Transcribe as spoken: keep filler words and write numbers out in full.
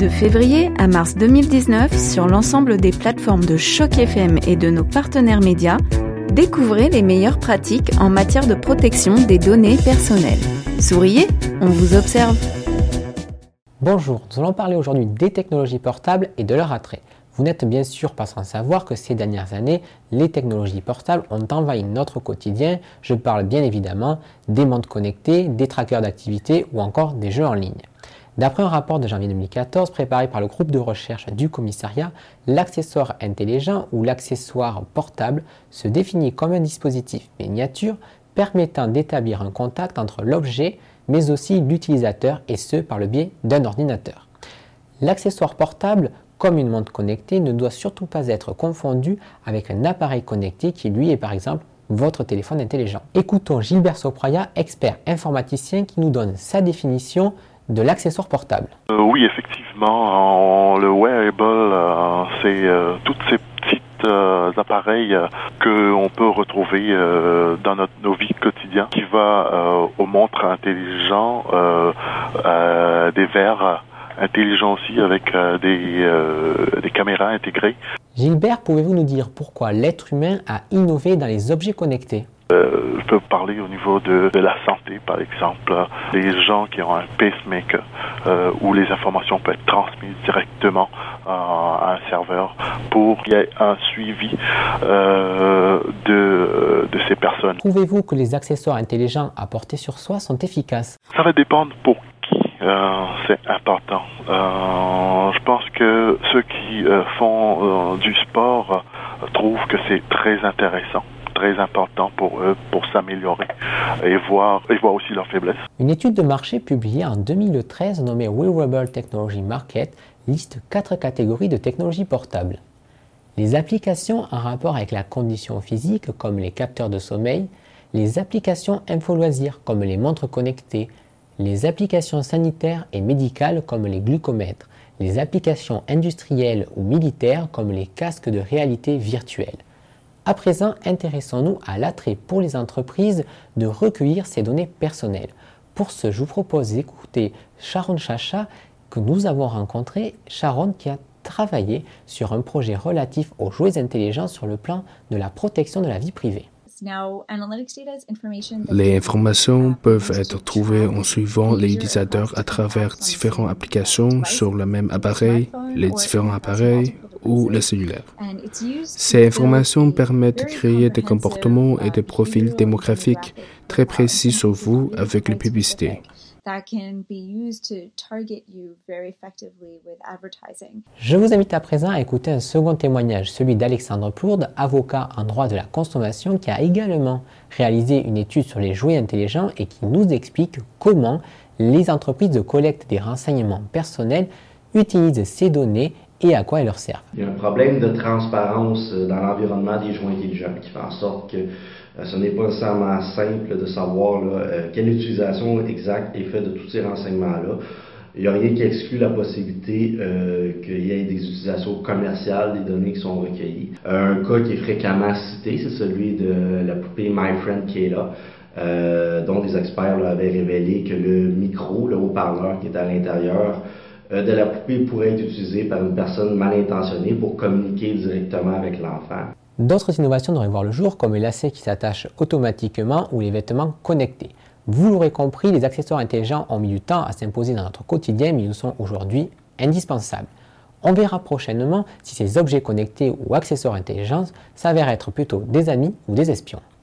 De février à mars deux mille dix-neuf, sur l'ensemble des plateformes de Choc F M et de nos partenaires médias, découvrez les meilleures pratiques en matière de protection des données personnelles. Souriez, on vous observe. Bonjour, nous allons parler aujourd'hui des technologies portables et de leur attrait. Vous n'êtes bien sûr pas sans savoir que ces dernières années, les technologies portables ont envahi notre quotidien. Je parle bien évidemment des montres connectées, des trackers d'activité ou encore des jeux en ligne. D'après un rapport de janvier deux mille quatorze préparé par le groupe de recherche du commissariat, l'accessoire intelligent ou l'accessoire portable se définit comme un dispositif miniature permettant d'établir un contact entre l'objet mais aussi l'utilisateur et ce par le biais d'un ordinateur. L'accessoire portable, comme une montre connectée, ne doit surtout pas être confondu avec un appareil connecté qui lui est par exemple votre téléphone intelligent. Écoutons Gilbert Sopraya, expert informaticien qui nous donne sa définition de l'accessoire portable. Euh, oui, effectivement, en, le wearable, euh, c'est euh, toutes ces petites euh, appareils euh, qu'on peut retrouver euh, dans notre, nos vies quotidiennes, qui va euh, aux montres intelligentes, euh, euh, des verres intelligents aussi avec euh, des, euh, des caméras intégrées. Gilbert, pouvez-vous nous dire pourquoi l'être humain a innové dans les objets connectés ? Euh, je peux parler au niveau de, de la santé, par exemple, les gens qui ont un pacemaker euh, où les informations peuvent être transmises directement euh, à un serveur pour qu'il y ait un suivi euh, de, de ces personnes. Trouvez-vous que les accessoires intelligents à porter sur soi sont efficaces ? Ça va dépendre pour qui euh, c'est important. Euh, je pense que ceux qui euh, font euh, du sport euh, trouvent que c'est très intéressant, très important pour eux, pour s'améliorer et voir, et voir aussi leurs faiblesses. Une étude de marché publiée en deux mille treize nommée Wearable Technology Market liste quatre catégories de technologies portables. Les applications en rapport avec la condition physique comme les capteurs de sommeil, les applications info-loisirs comme les montres connectées, les applications sanitaires et médicales comme les glucomètres, les applications industrielles ou militaires comme les casques de réalité virtuelle. À présent, intéressons-nous à l'attrait pour les entreprises de recueillir ces données personnelles. Pour ce, je vous propose d'écouter Sharon Chacha que nous avons rencontré, Sharon qui a travaillé sur un projet relatif aux jouets intelligents sur le plan de la protection de la vie privée. Les informations peuvent être trouvées en suivant les utilisateurs à travers différentes applications sur le même appareil, les différents appareils ou le cellulaire. Ces informations permettent de créer des comportements et des profils démographiques très précis sur vous avec les publicités. Je vous invite à présent à écouter un second témoignage, celui d'Alexandre Plourde, avocat en droit de la consommation qui a également réalisé une étude sur les jouets intelligents et qui nous explique comment les entreprises de collecte des renseignements personnels utilisent ces données et à quoi elles leur servent. Il y a un problème de transparence dans l'environnement des jouets intelligents qui fait en sorte que euh, ce n'est pas nécessairement simple de savoir là, euh, quelle utilisation exacte est faite de tous ces renseignements-là. Il n'y a rien qui exclut la possibilité euh, qu'il y ait des utilisations commerciales des données qui sont recueillies. Euh, un cas qui est fréquemment cité, c'est celui de la poupée MyFriend Kayla, euh, dont des experts là, avaient révélé que le micro, le haut-parleur qui est à l'intérieur de la poupée pourrait être utilisée par une personne mal intentionnée pour communiquer directement avec l'enfant. D'autres innovations devraient voir le jour, comme les lacets qui s'attachent automatiquement ou les vêtements connectés. Vous l'aurez compris, les accessoires intelligents ont mis du temps à s'imposer dans notre quotidien, mais ils sont aujourd'hui indispensables. On verra prochainement si ces objets connectés ou accessoires intelligents s'avèrent être plutôt des amis ou des espions.